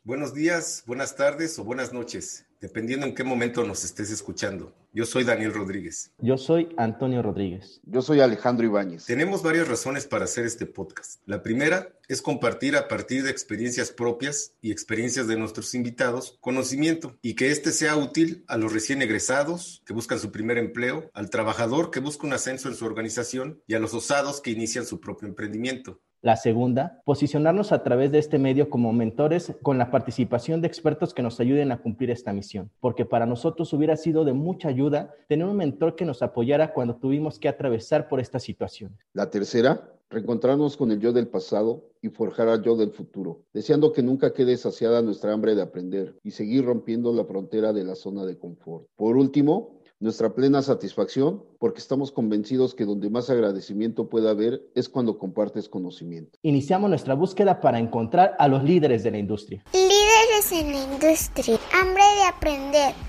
Buenos días, buenas tardes o buenas noches, dependiendo en qué momento nos estés escuchando. Yo soy Daniel Rodríguez. Yo soy Antonio Rodríguez. Yo soy Alejandro Ibáñez. Tenemos varias razones para hacer este podcast. La primera es compartir a partir de experiencias propias y experiencias de nuestros invitados conocimiento y que este sea útil a los recién egresados que buscan su primer empleo, al trabajador que busca un ascenso en su organización y a los osados que inician su propio emprendimiento. La segunda, posicionarnos a través de este medio como mentores con la participación de expertos que nos ayuden a cumplir esta misión, porque para nosotros hubiera sido de mucha ayuda tener un mentor que nos apoyara cuando tuvimos que atravesar por esta situación. La tercera, reencontrarnos con el yo del pasado y forjar al yo del futuro, deseando que nunca quede saciada nuestra hambre de aprender y seguir rompiendo la frontera de la zona de confort. Por último, nuestra plena satisfacción, porque estamos convencidos que donde más agradecimiento puede haber es cuando compartes conocimiento. Iniciamos nuestra búsqueda para encontrar a los líderes de la industria. Líderes en la industria, hambre de aprender.